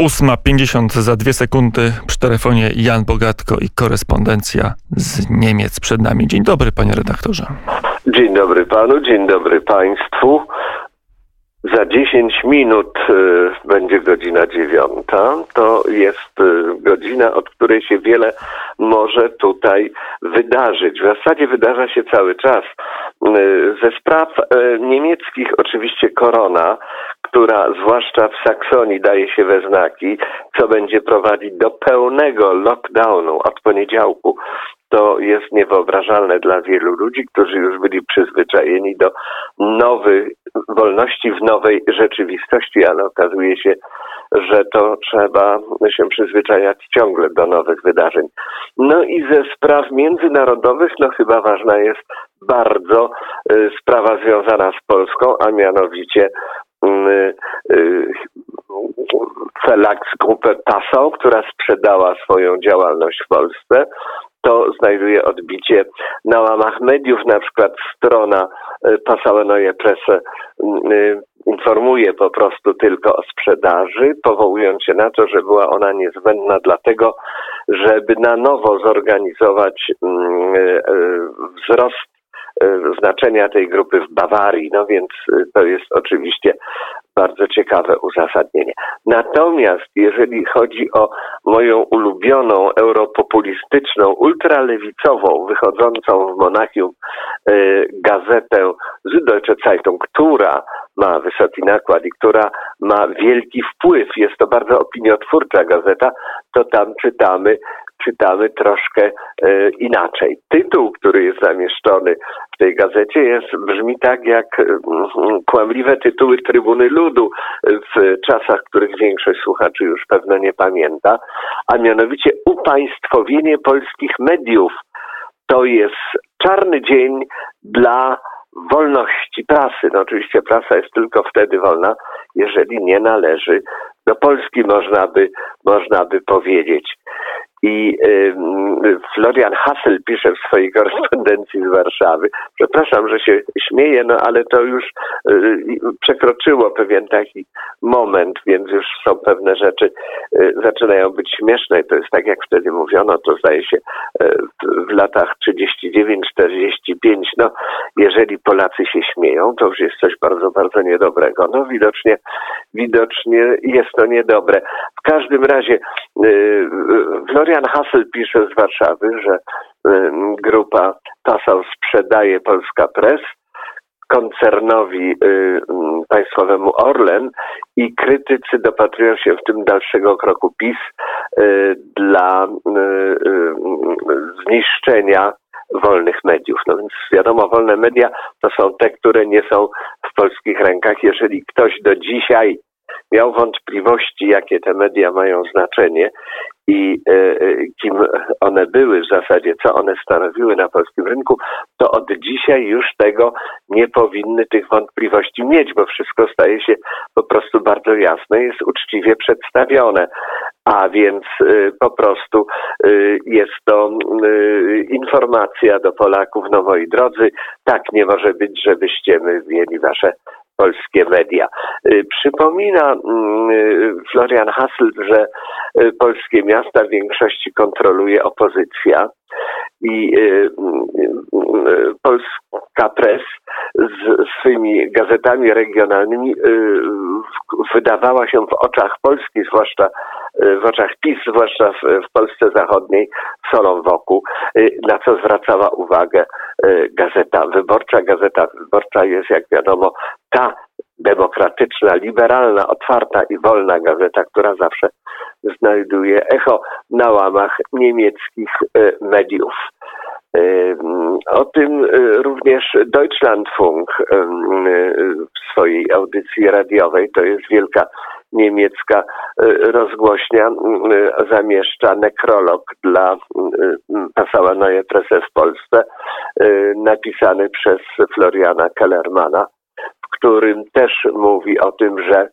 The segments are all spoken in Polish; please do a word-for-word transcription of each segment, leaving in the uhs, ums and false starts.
ósma pięćdziesiąt za dwie sekundy przy telefonie Jan Bogatko i korespondencja z Niemiec przed nami. Dzień dobry, panie redaktorze. Dzień dobry panu, dzień dobry państwu. Za dziesięć minut y, będzie godzina dziewiąta. To jest y, godzina, od której się wiele może tutaj wydarzyć. W zasadzie wydarza się cały czas. Y, ze spraw y, niemieckich oczywiście korona, która zwłaszcza w Saksonii daje się we znaki, co będzie prowadzić do pełnego lockdownu od poniedziałku. To jest niewyobrażalne dla wielu ludzi, którzy już byli przyzwyczajeni do nowej wolności w nowej rzeczywistości, ale okazuje się, że to trzeba się przyzwyczajać ciągle do nowych wydarzeń. No i ze spraw międzynarodowych, no chyba ważna jest bardzo y, sprawa związana z Polską, a mianowicie y, y, Verlagsgruppe Passau, która sprzedała swoją działalność w Polsce. To znajduje odbicie na łamach mediów, na przykład strona Passauer Neue Presse informuje po prostu tylko o sprzedaży, powołując się na to, że była ona niezbędna dlatego, żeby na nowo zorganizować wzrost znaczenia tej grupy w Bawarii. No więc to jest oczywiście bardzo ciekawe uzasadnienie. Natomiast jeżeli chodzi o moją ulubioną europopulistyczną, ultralewicową, wychodzącą w Monachium y, gazetę Süddeutsche Zeitung, która ma wysoki nakład i która ma wielki wpływ, jest to bardzo opiniotwórcza gazeta, to tam czytamy czytamy troszkę e, inaczej. Tytuł, który jest zamieszczony w tej gazecie jest, brzmi tak jak mm, kłamliwe tytuły Trybuny Ludu w czasach, których większość słuchaczy już pewno nie pamięta, a mianowicie upaństwowienie polskich mediów. To jest czarny dzień dla wolności prasy. No oczywiście prasa jest tylko wtedy wolna, jeżeli nie należy do Polski, można by, można by powiedzieć. I y, Florian Hassel pisze w swojej korespondencji z Warszawy, przepraszam, że się śmieję, no ale to już y, przekroczyło pewien taki moment, więc już są pewne rzeczy, y, zaczynają być śmieszne i to jest tak, jak wtedy mówiono, to zdaje się y, w latach trzydzieści dziewięć czterdzieści pięć, no jeżeli Polacy się śmieją, to już jest coś bardzo, bardzo niedobrego. No widocznie, widocznie jest to niedobre. W każdym razie y, Florian Jan Hassel pisze z Warszawy, że y, grupa Passau sprzedaje Polska Press koncernowi y, y, państwowemu Orlen i krytycy dopatrują się w tym dalszego kroku PiS y, dla y, y, zniszczenia wolnych mediów. No więc wiadomo, wolne media to są te, które nie są w polskich rękach. Jeżeli ktoś do dzisiaj miał wątpliwości, jakie te media mają znaczenie i y, kim one były w zasadzie, co one stanowiły na polskim rynku, to od dzisiaj już tego nie powinny tych wątpliwości mieć, bo wszystko staje się po prostu bardzo jasne, jest uczciwie przedstawione. A więc y, po prostu y, jest to y, informacja do Polaków, no moi drodzy, tak nie może być, żebyście my mieli wasze polskie media. Przypomina Florian Hassel, że polskie miasta w większości kontroluje opozycja i Polska Press z swymi gazetami regionalnymi wydawała się w oczach Polski, zwłaszcza w oczach PiS, zwłaszcza w, w Polsce Zachodniej, solą wokół, na co zwracała uwagę Gazeta Wyborcza. Gazeta Wyborcza jest, jak wiadomo, ta demokratyczna, liberalna, otwarta i wolna gazeta, która zawsze znajduje echo na łamach niemieckich mediów. O tym również Deutschlandfunk w swojej audycji radiowej, to jest wielka niemiecka rozgłośnia, zamieszcza nekrolog dla Passauer Neue Presse w Polsce, napisany przez Floriana Kellermana, w którym też mówi o tym, że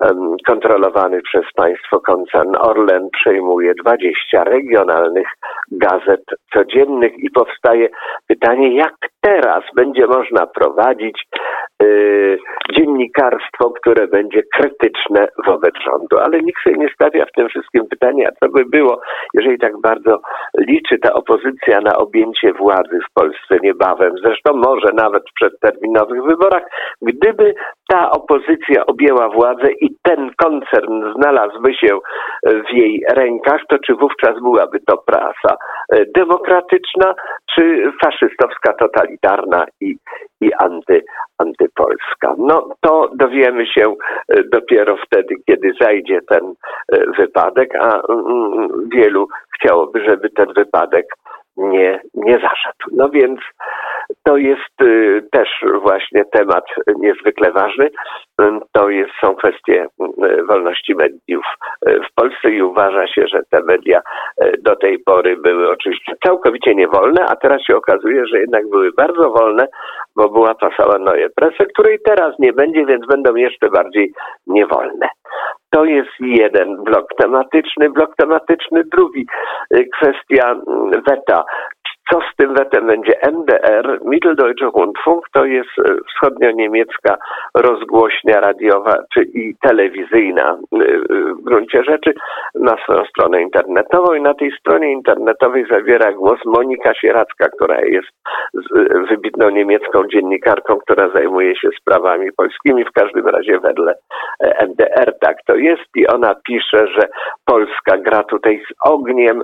kontrolowany przez państwo koncern Orlen przejmuje dwadzieścia regionalnych gazet codziennych i powstaje pytanie, jak teraz będzie można prowadzić yy, dziennikarstwo, które będzie krytyczne wobec rządu. Ale nikt sobie nie stawia w tym wszystkim pytania, co by było, jeżeli tak bardzo liczy ta opozycja na objęcie władzy w Polsce niebawem, zresztą może nawet w przedterminowych wyborach, gdyby ta opozycja objęła władzę i ten koncern znalazłby się w jej rękach, to czy wówczas byłaby to prasa demokratyczna, czy faszystowska, totalitarna i, i anty, antypolska? No to dowiemy się dopiero wtedy, kiedy zajdzie ten wypadek, a wielu chciałoby, żeby ten wypadek nie, nie zaszedł. No więc to jest y, też właśnie temat niezwykle ważny. To jest, są kwestie y, wolności mediów y, w Polsce i uważa się, że te media y, do tej pory były oczywiście całkowicie niewolne, a teraz się okazuje, że jednak były bardzo wolne, bo była ta cała Neue Presse, której teraz nie będzie, więc będą jeszcze bardziej niewolne. To jest jeden blok tematyczny. Blok tematyczny drugi, kwestia weta. Co z tym wetem będzie? M D R, Mitteldeutsche Rundfunk, to jest wschodnio-niemiecka rozgłośnia radiowa czy i telewizyjna w gruncie rzeczy, ma swoją stronę internetową i na tej stronie internetowej zabiera głos Monika Sieracka, która jest wybitną niemiecką dziennikarką, która zajmuje się sprawami polskimi, w każdym razie wedle M D R tak to jest i ona pisze, że Polska gra tutaj z ogniem,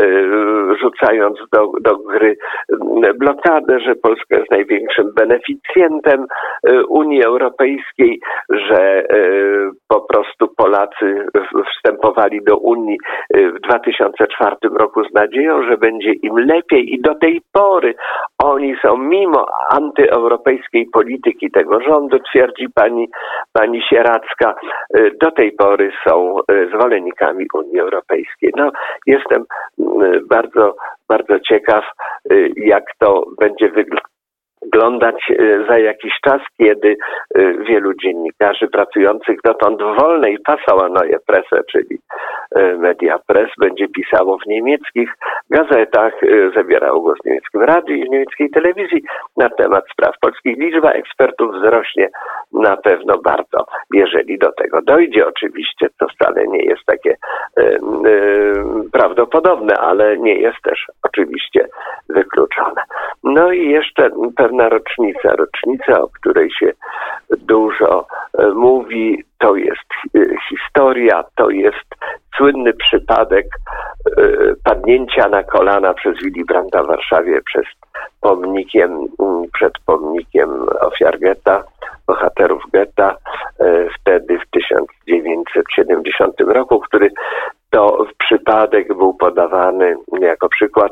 rzucając do, do gry blokadę, że Polska jest największym beneficjentem Unii Europejskiej, że po prostu Polacy wstępowali do Unii w dwa tysiące czwartym roku z nadzieją, że będzie im lepiej i do tej pory oni są mimo antyeuropejskiej polityki tego rządu, twierdzi pani, pani Sieracka, do tej pory są zwolennikami Unii Europejskiej. No, jestem bardzo, bardzo ciekaw, jak to będzie wyglądać za jakiś czas, kiedy wielu dziennikarzy pracujących dotąd w wolnej Passauer Neue Presse, czyli Media Press, będzie pisało w niemieckich gazetach, zabierało głos w niemieckim radiu i w niemieckiej telewizji na temat spraw polskich. Liczba ekspertów wzrośnie na pewno bardzo, jeżeli do tego dojdzie oczywiście, co wcale nie jest takie y, y, prawdopodobne, ale nie jest też oczywiście wykluczone. No i jeszcze pewna rocznica, rocznica, o której się dużo y, mówi, to jest y, historia, to jest słynny przypadek y, padnięcia na kolana przez Willy Brandta w Warszawie przez pomnikiem, y, przed pomnikiem ofiar getta, bohaterów getta, y, wtedy w tysiąc dziewięćset siedemdziesiątym roku, który to przypadek był podawany jako przykład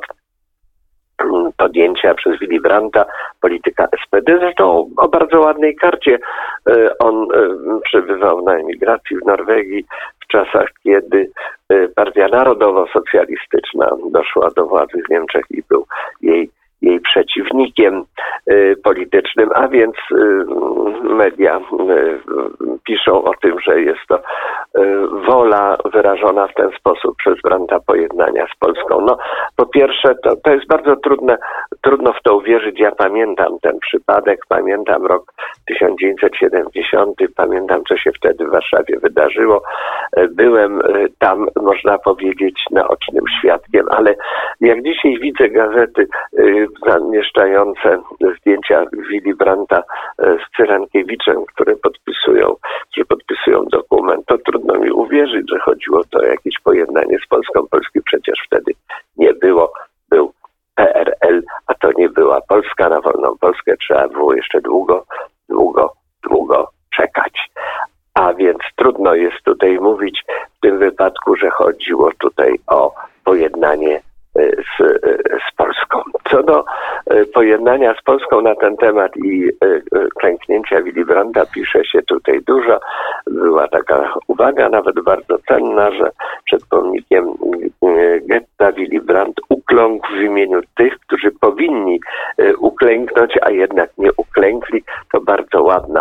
podjęcia przez Willy Brandta polityka S P D. Zresztą o bardzo ładnej karcie. On przebywał na emigracji w Norwegii w czasach, kiedy Partia Narodowo-Socjalistyczna doszła do władzy w Niemczech i był jej jej przeciwnikiem y, politycznym, a więc y, media y, piszą o tym, że jest to y, wola wyrażona w ten sposób przez Brandta pojednania z Polską. No, po pierwsze, to, to jest bardzo trudne, trudno w to uwierzyć. Ja pamiętam ten przypadek, pamiętam rok tysiąc dziewięćset siedemdziesiąty, pamiętam, co się wtedy w Warszawie wydarzyło. Byłem y, tam, można powiedzieć, naocznym świadkiem, ale jak dzisiaj widzę gazety y, zamieszczające zdjęcia Willy Brandta z Cyrankiewiczem, które podpisują, że podpisują dokument, to trudno mi uwierzyć, że chodziło to o jakieś pojednanie z Polską. Polski przecież wtedy nie było. Był P R L, a to nie była Polska. Na wolną Polskę trzeba było jeszcze długo, długo, długo czekać. A więc trudno jest tutaj mówić w tym wypadku, że chodziło tutaj o pojednanie Z, z Polską. Co do pojednania z Polską na ten temat i klęknięcia Willy Brandta pisze się tutaj dużo. Była taka uwaga, nawet bardzo cenna, że przed pomnikiem getta Willy Brandt ukląkł w imieniu tych, którzy powinni uklęknąć, a jednak nie uklękli. To bardzo ładna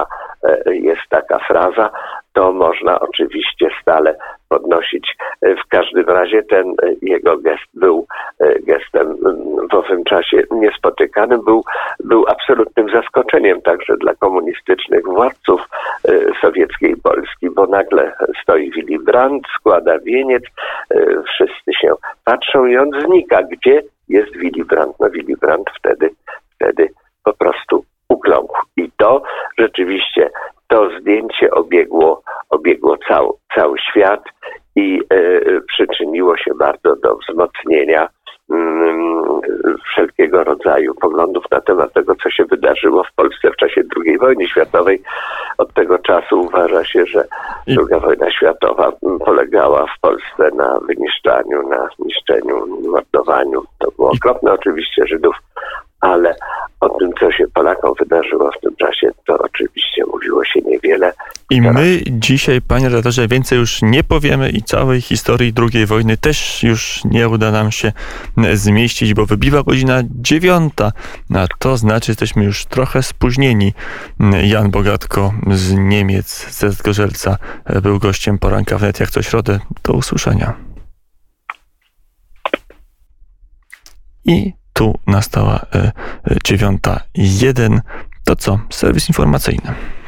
jest taka fraza, to można oczywiście stale podnosić. W każdym razie ten jego gest był gestem w owym czasie niespotykanym, był, był absolutnym zaskoczeniem także dla komunistycznych władców sowieckiej Polski, bo nagle stoi Willy Brandt, składa wieniec, wszyscy się patrzą i on znika. Gdzie jest Willy Brandt? No Willy Brandt wtedy, wtedy po prostu ukląkł. I to rzeczywiście, to zdjęcie obiegło, obiegło cały, cały świat i e, przyczyniło się bardzo do wzmocnienia mm, wszelkiego rodzaju poglądów na temat tego, co się wydarzyło w Polsce w czasie drugiej wojny światowej. Od tego czasu uważa się, że druga wojna światowa polegała w Polsce na wyniszczaniu, na niszczeniu, mordowaniu. To było okropne oczywiście Żydów, ale o tym, co się Polakom wydarzyło w tym czasie, to oczywiście mówiło się niewiele. I my dzisiaj, panie redaktorze, więcej już nie powiemy i całej historii drugiej wojny też już nie uda nam się zmieścić, bo wybiła godzina dziewiąta, a to znaczy, że jesteśmy już trochę spóźnieni. Jan Bogatko z Niemiec, z Zgorzelca, był gościem poranka wnet jak co środę. Do usłyszenia. I tu nastała dziewiąta jeden. To co? Serwis informacyjny.